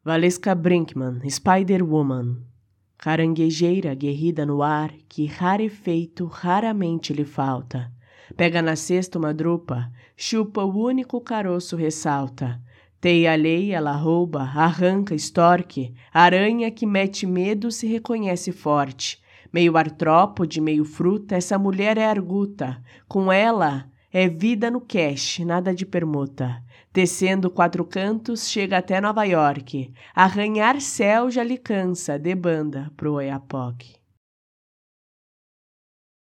Valesca Brinkman, Spider-Woman. Caranguejeira guerrida no ar, que rarefeito raramente lhe falta. Pega na cesta uma drupa, chupa o único caroço ressalta. Teia alheia ela rouba, arranca, extorque. Aranha que mete medo se reconhece forte. Meio artrópode, meio fruta, essa mulher é arguta. Com ela é vida no cash, nada de permuta. Tecendo 4 cantos, chega até Nova York. Arranhar céu já lhe cansa, debanda pro Oiapoque.